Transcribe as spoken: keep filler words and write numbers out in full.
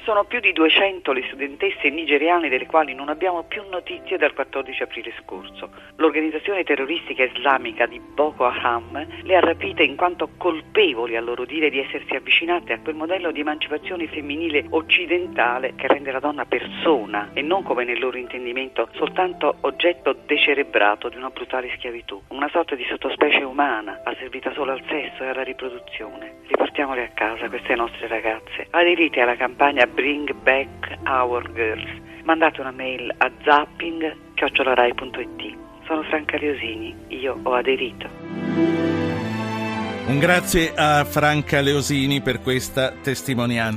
Sono più di duecento le studentesse nigeriane delle quali non abbiamo più notizie dal quattordici aprile scorso. L'organizzazione terroristica islamica di Boko Haram le ha rapite in quanto colpevoli a loro dire di essersi avvicinate a quel modello di emancipazione femminile occidentale che rende la donna persona e non, come nel loro intendimento, soltanto oggetto decerebrato di una brutale schiavitù, una sorta di sottospecie umana asservita solo al sesso e alla riproduzione. Riportiamole a casa queste nostre ragazze. Aderite alla campagna Bring Back Our Girls. Mandate una mail a zapping chiocciola rai punto it. Sono Franca Leosini, io ho aderito. Un grazie a Franca Leosini per questa testimonianza.